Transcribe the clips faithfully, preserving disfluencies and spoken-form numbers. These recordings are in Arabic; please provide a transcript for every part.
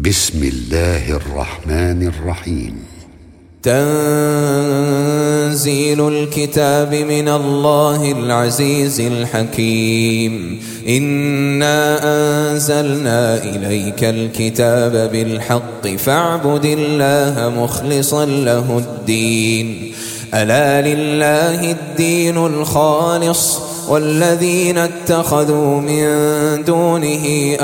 بسم الله الرحمن الرحيم. تنزيل الكتاب من الله العزيز الحكيم. إنا أنزلنا إليك الكتاب بالحق فاعبد الله مخلصا له الدين. ألا لله الدين الخالص والذين اتخذوا من دونه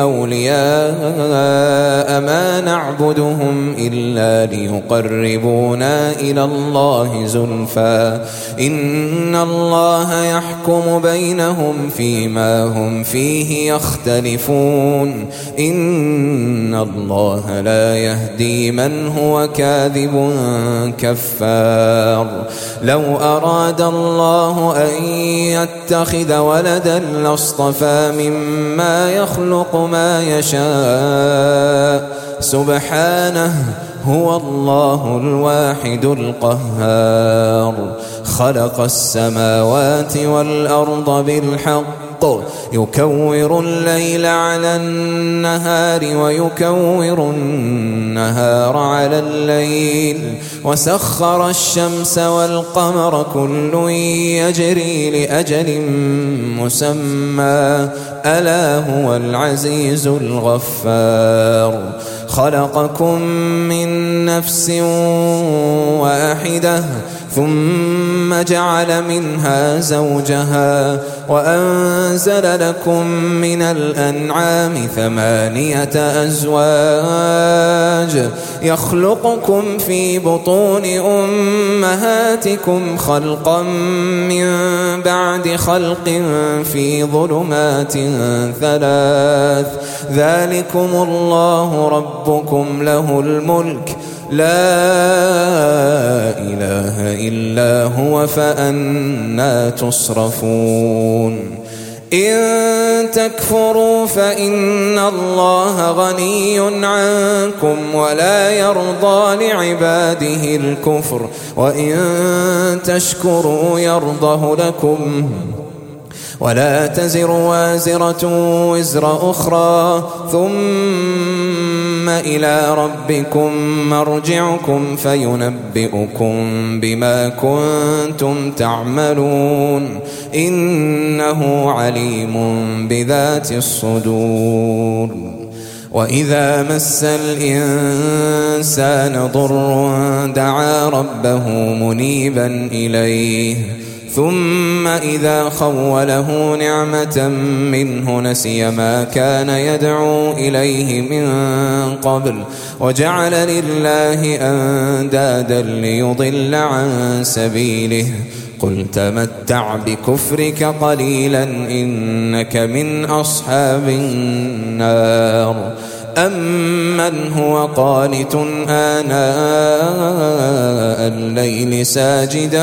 أولياء ما نعبدهم إلا ليقربونا إلى الله زلفى إن الله يحكم بينهم فيما هم فيه يختلفون إن الله لا يهدي من هو كاذب كفار. لو أراد الله أن يتخذ إذا ولدا لاصطفى مما يخلق ما يشاء سبحانه هو الله الواحد القهار. خلق السماوات والأرض بالحق يكور الليل على النهار ويكور النهار على الليل وسخر الشمس والقمر كل يجري لأجل مسمى ألا هو العزيز الغفار. خلقكم من نفس واحدة ثم جعل منها زوجها وأنزل لكم من الأنعام ثمانية أزواج يخلقكم في بطون أمهاتكم خلقا من بعد خلق في ظلمات ثلاث ذلكم الله ربكم له الملك لا إله إلا هو فأنى تصرفون. إن تكفروا فإن الله غني عنكم ولا يرضى لعباده الكفر وإن تشكروا يرضه لكم ولا تزر وازرة وزر أخرى ثم إلى ربكم مرجعكم فينبئكم بما كنتم تعملون إنه عليم بذات الصدور. وإذا مس الإنسان ضر دعا ربه منيبا إليه ثم إذا خوله نعمة منه نسي ما كان يدعو إليه من قبل وجعل لله أندادا ليضل عن سبيله قل تمتع بكفرك قليلا إنك من أصحاب النار. أمن هو قانت آناء الليل ساجدا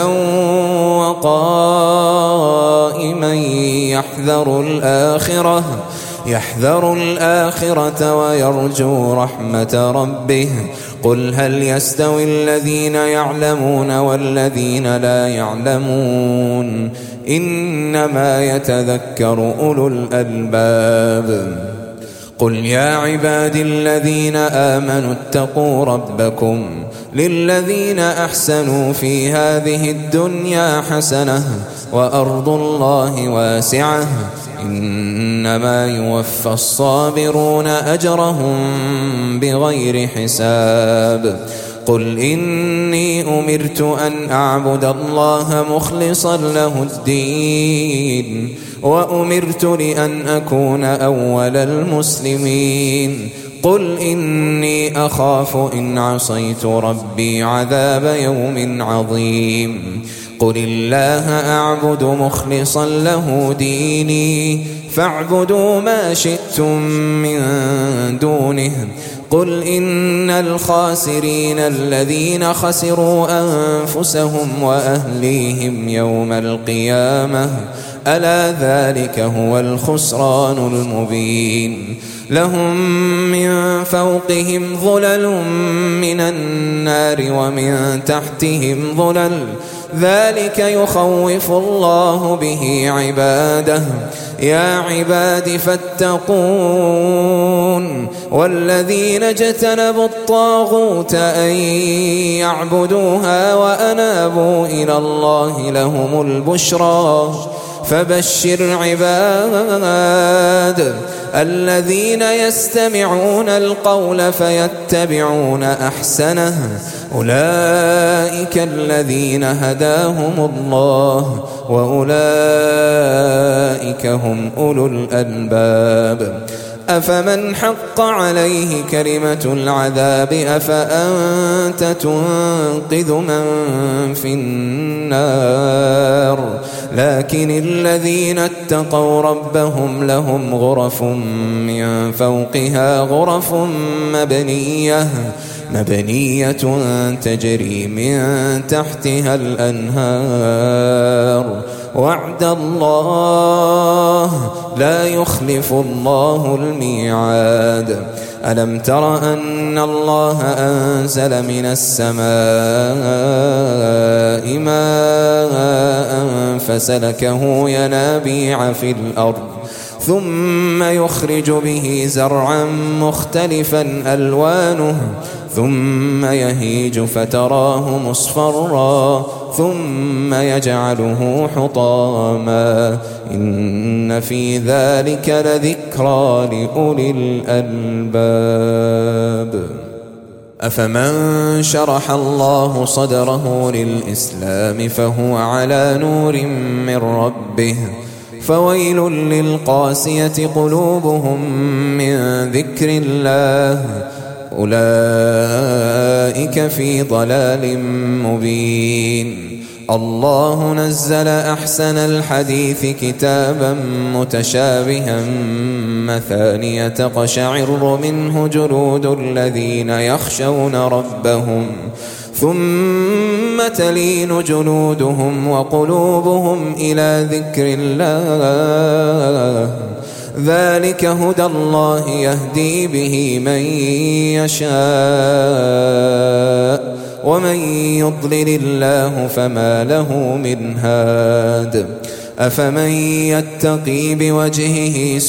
وقائما يحذر الآخرة يحذر الآخرة ويرجو رحمة ربه قل هل يستوي الذين يعلمون والذين لا يعلمون إنما يتذكر أولو الألباب. قل يا عبادي الذين آمنوا اتقوا ربكم للذين أحسنوا في هذه الدنيا حسنة وأرض الله واسعة إنما يوفى الصابرون أجرهم بغير حساب. قل إني أمرت أن أعبد الله مخلصا له الدين وأمرت لأن أكون أول المسلمين. قل إني أخاف إن عصيت ربي عذاب يوم عظيم. قل الله أعبد مخلصا له ديني فاعبدوا ما شئتم من دونه. قل إن الخاسرين الذين خسروا أنفسهم وأهليهم يوم القيامة ألا ذلك هو الخسران المبين. لهم من فوقهم ظلل من النار ومن تحتهم ظلل ذلك يخوف الله به عباده. يا عباد فاتقون والذين اجتنبوا الطاغوت أن يعبدوها وأنابوا إلى الله لهم البشرى. فبشر عباد الذين يستمعون القول فيتبعون أحسنه أولئك الذين هداهم الله وأولئك هم أولو الألباب. أفمن حق عليه كلمة العذاب أفأنت تنقذ من في النار. لكن الذين اتقوا ربهم لهم غرف من فوقها غرف مبنية مبنية تجري من تحتها الأنهار وعد الله لا يخلف الله الميعاد. ألم تر أن الله أنزل من السماء ماء فسلكه ينابيع في الأرض ثم يخرج به زرعا مختلفا ألوانه ثم يهيج فتراه مصفرا ثم يجعله حطاما إن في ذلك لذكرى لأولي الألباب. أفمن شرح الله صدره للإسلام فهو على نور من ربه فويل للقاسية قلوبهم من ذكر الله أولئك في ضلال مبين. الله نزل أحسن الحديث كتابا متشابها مثانية تقشعر منه جلود الذين يخشون ربهم ثم تلين جلودهم وقلوبهم إلى ذكر الله ذلك هدى الله يهدي به من يشاء ومن يضلل الله فما له من هاد. أفمن يتقي بوجهه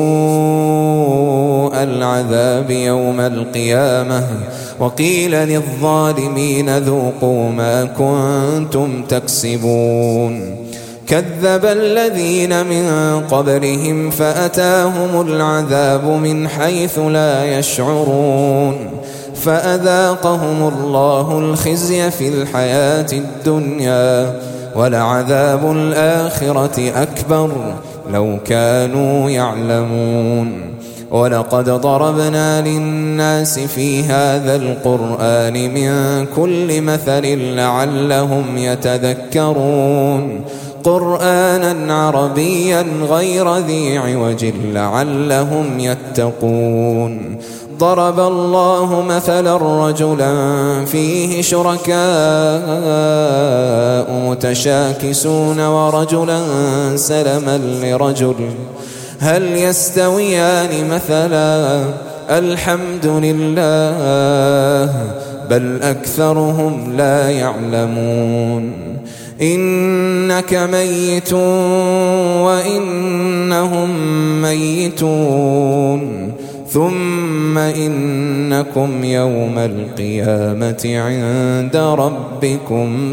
سوء العذاب يوم القيامة وقيل للظالمين ذوقوا ما كنتم تكسبون. كذب الذين من قبلهم فأتاهم العذاب من حيث لا يشعرون فأذاقهم الله الخزي في الحياة الدنيا ولعذاب الآخرة أكبر لو كانوا يعلمون. ولقد ضربنا للناس في هذا القرآن من كل مثل لعلهم يتذكرون قرآنا عربيا غير ذي عوج لعلهم يتقون. ضرب الله مثلا رجلا فيه شركاء متشاكسون ورجلا سلما لرجل هل يستويان مثلا الحمد لله بل أكثرهم لا يعلمون. إنك ميت وإنهم ميتون ثم إنكم يوم القيامة عند ربكم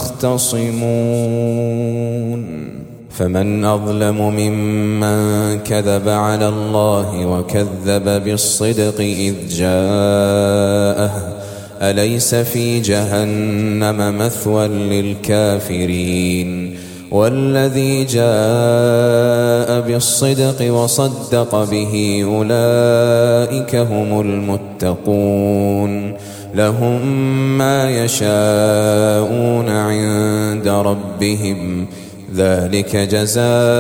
تختصمون. فمن أظلم ممن كذب على الله وكذب بالصدق إذ جاءه أليس في جهنم مثوى للكافرين والذي جاء بالصدق وصدق به أولئك هم المتقون لهم ما يشاءون عند ربهم ذلك جزاء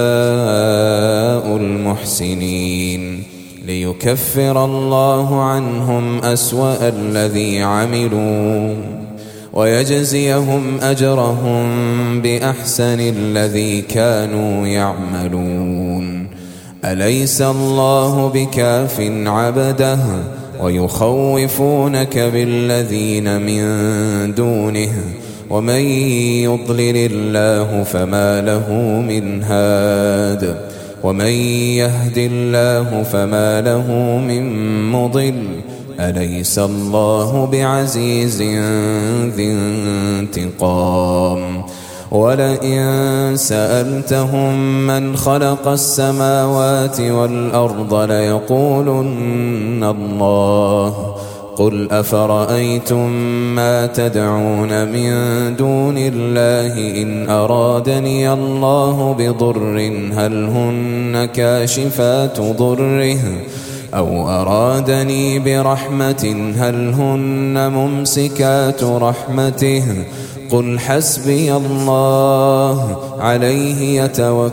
المحسنين ليكفر الله عنهم أسوأ الذي عملوا ويجزيهم أجرهم بأحسن الذي كانوا يعملون. أليس الله بكاف عبده ويخوفونك بالذين من دونه ومن يضلل الله فما له من هاد ومن يهد الله فما له من مضل أليس الله بعزيز ذي انتقام ولئن سألتهم من خلق السماوات والأرض ليقولن الله قل أفرأيتم ما تدعون من دون الله إن أرادني الله بضر هل هن كاشفات ضره أو أرادني برحمة هل هن ممسكات رحمته قل حسبي الله عليه يتوكل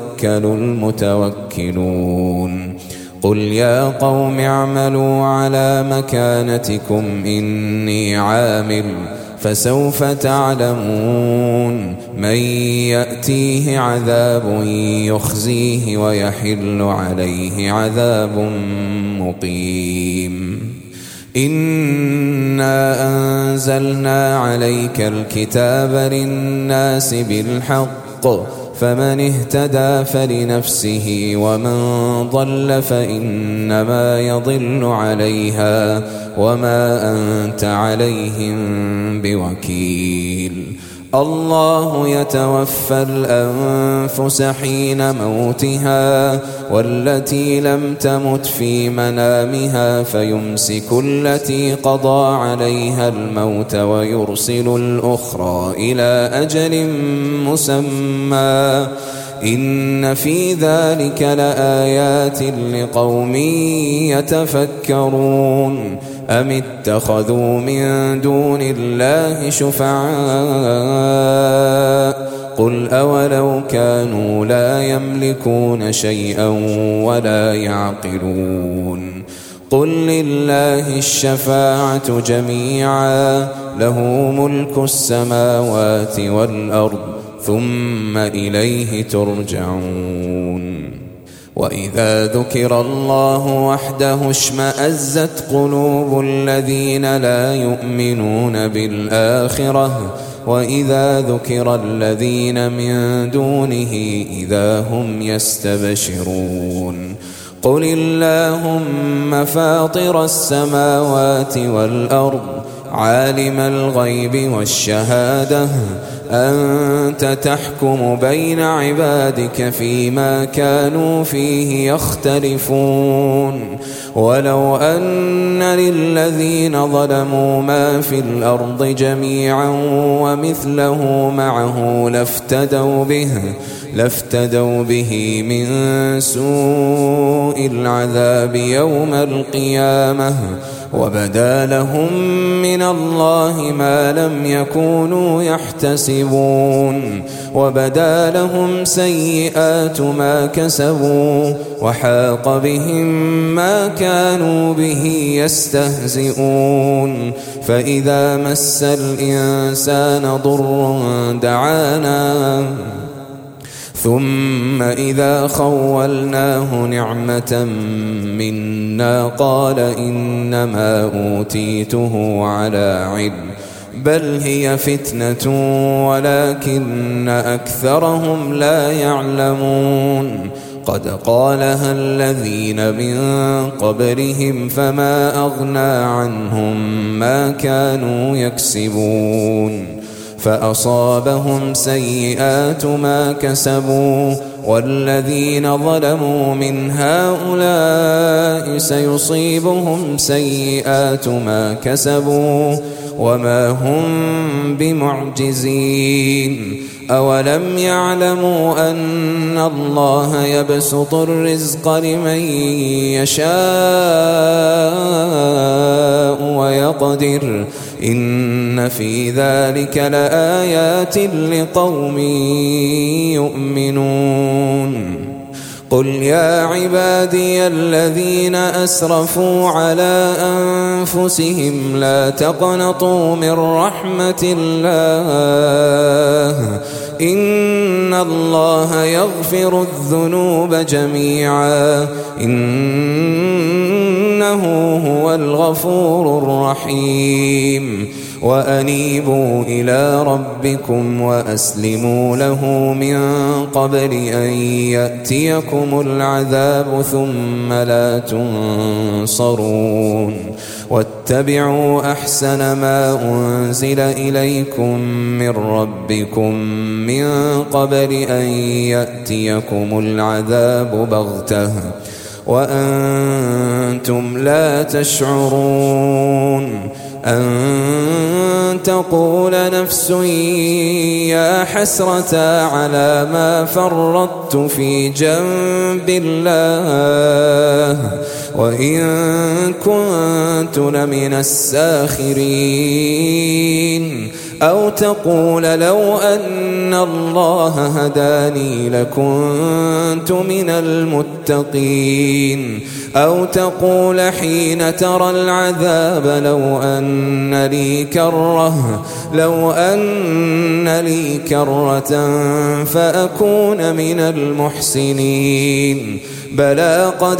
المتوكلون قل يا قوم اعملوا على مكانتكم إني عامل فسوف تعلمون من يأتيه عذاب يخزيه ويحل عليه عذاب مقيم إنا أنزلنا عليك الكتاب للناس بالحق فمن اهتدى فلنفسه ومن ضل فإنما يضل عليها وما أنت عليهم بوكيل الله يتوفى الأنفس حين موتها والتي لم تمت في منامها فيمسك التي قضى عليها الموت ويرسل الأخرى إلى أجل مسمى إن في ذلك لآيات لقوم يتفكرون أم اتخذوا من دون الله شفعاء قل أولو كانوا لا يملكون شيئا ولا يعقلون قل لله الشفاعة جميعا له ملك السماوات والأرض ثم إليه ترجعون وإذا ذكر الله وحده اشمأزت قلوب الذين لا يؤمنون بالآخرة وإذا ذكر الذين من دونه إذا هم يستبشرون قل اللهم فاطر السماوات والأرض عالم الغيب والشهادة أنت تحكم بين عبادك فيما كانوا فيه يختلفون ولو أن للذين ظلموا ما في الأرض جميعا ومثله معه لافتدوا به لافتدوا به من سوء العذاب يوم القيامة وبدا لهم من الله ما لم يكونوا يحتسبون وبدا لهم سيئات ما كسبوا وحاق بهم ما كانوا به يستهزئون فإذا مس الإنسان ضر دعانا ثم إذا خولناه نعمة منا قال إنما أوتيته على علم بل هي فتنة ولكن أكثرهم لا يعلمون قد قالها الذين من قبلهم فما أغنى عنهم ما كانوا يكسبون فأصابهم سيئات ما كسبوا والذين ظلموا من هؤلاء سيصيبهم سيئات ما كسبوا وما هم بمعجزين أولم يعلموا أن الله يبسط الرزق لمن يشاء ويقدر إن في ذلك لآيات لقوم يؤمنون قل يا عبادي الذين أسرفوا على أنفسهم لا تقنطوا من رحمة الله إن الله يغفر الذنوب جميعا إنه إنه هو الغفور الرحيم وأنيبوا إلى ربكم وأسلموا له من قبل أن يأتيكم العذاب ثم لا تنصرون واتبعوا أحسن ما أنزل إليكم من ربكم من قبل أن يأتيكم العذاب بغتة وأنتم لا تشعرون أن تقول نفس يا حسرة على ما فرطت في جنب الله وإن كنت لمن الساخرين أو تقول لو أن الله هداني لكنت من المتقين أو تقول حين ترى العذاب لو أن لي كرة لو أن لي كرة فأكون من المحسنين بلى قد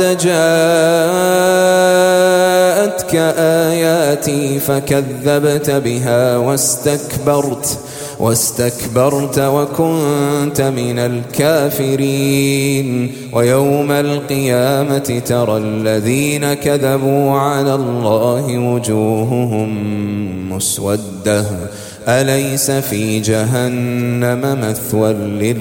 جاءتك آياتي فكذبت بها واستكبرت واستكبرت وكنت من الكافرين ويوم القيامة ترى الذين كذبوا على الله وجوههم مسودة أليس في جهنم مثوى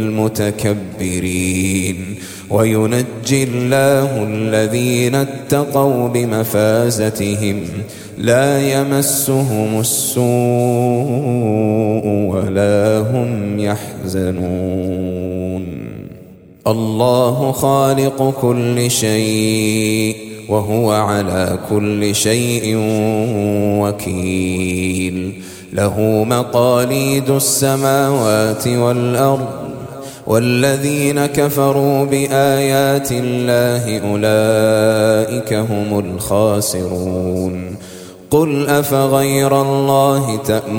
للمتكبرين وينجي الله الذين اتقوا بمفازتهم لا يمسهم السوء ولا هم يحزنون الله خالق كل شيء وهو على كل شيء وكيل له مقاليد السماوات والأرض والذين كفروا بآيات الله أولئك هم الخاسرون قل أفغير الله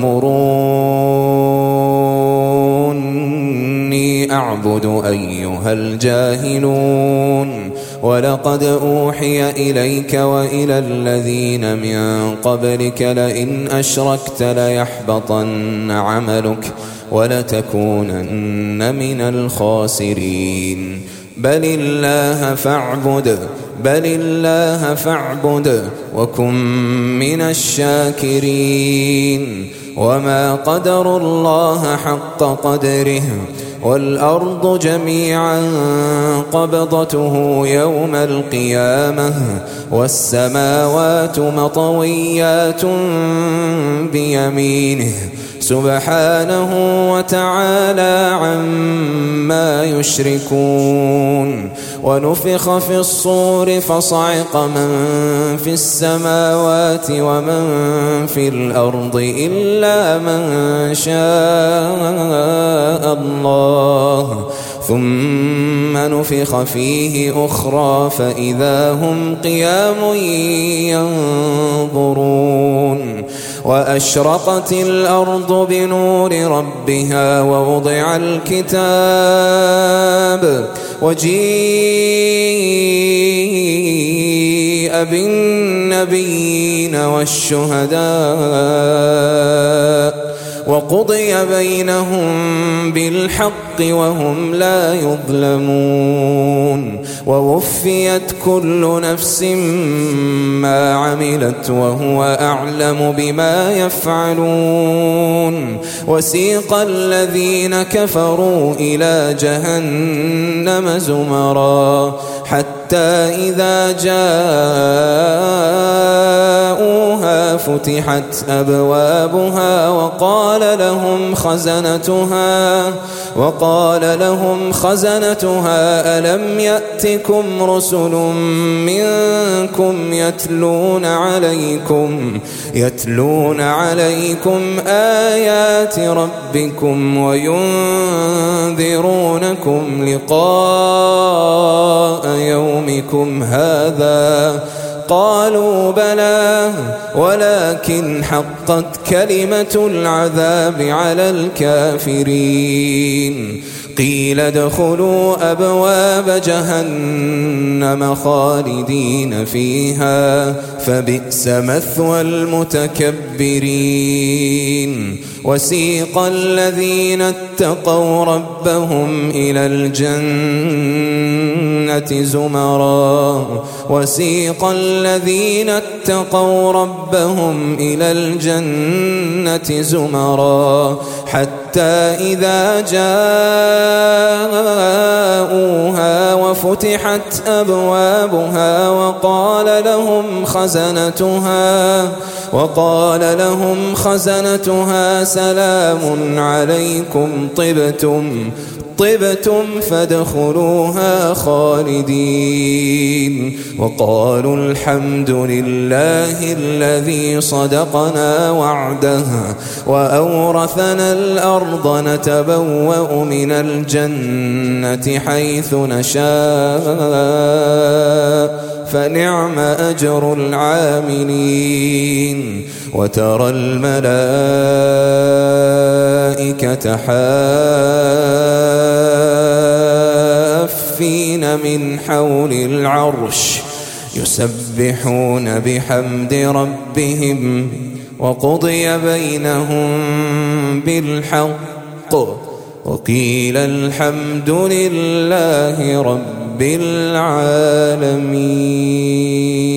تأمروني أعبد أيها الجاهلون ولقد أوحي إليك وإلى الذين من قبلك لئن أشركت ليحبطن عملك ولتكونن من الخاسرين بل الله فاعبد بل الله فاعبد وكن من الشاكرين وما قدروا الله حق قدره والأرض جميعا قبضته يوم القيامة والسماوات مطويات بيمينه سبحانه وتعالى عما يشركون ونفخ في الصور فصعق من في السماوات ومن في الأرض إلا من شاء الله ثم نفخ فيه أخرى فإذا هم قيام ينظرون وأشرقت الأرض بنور ربها ووضع الكتاب وجيء بالنبيين والشهداء وقضي بينهم بالحق وهم لا يظلمون ووفيت كل نفس ما عملت وهو أعلم بما يفعلون وسيق الذين كفروا إلى جهنم زمرا حتى إذا جاءوها فتحت أبوابها وقال لهم خزنتها وقال لهم خزنتها ألم يأتكم رسل منكم يتلون عليكم يتلون عليكم آيات ربكم وينذرونكم لقاء يومكم هذا قالوا بلى ولكن حقت كلمة العذاب على الكافرين قيل ادخلوا أبواب جهنم خالدين فيها فبئس مثوى المتكبرين وسيق الذين اتقوا ربهم إلى الجنة زمرا وسيق الذين اتقوا ربهم إلى الجنة زمرا حتى إذا جاءوها وفتحت أبوابها وقال لهم خزنتها وقال لهم خزنتها سلام عليكم طبتم طبتم فادخلوها خالدين وقالوا الحمد لله الذي صدقنا وعده وأورثنا الأرض نتبوأ من الجنة حيث نشاء فنعم أجر العاملين وترى الملائكة حافين من حول العرش يسبحون بحمد ربهم وقضي بينهم بالحق وقيل الحمد لله رب العالمين.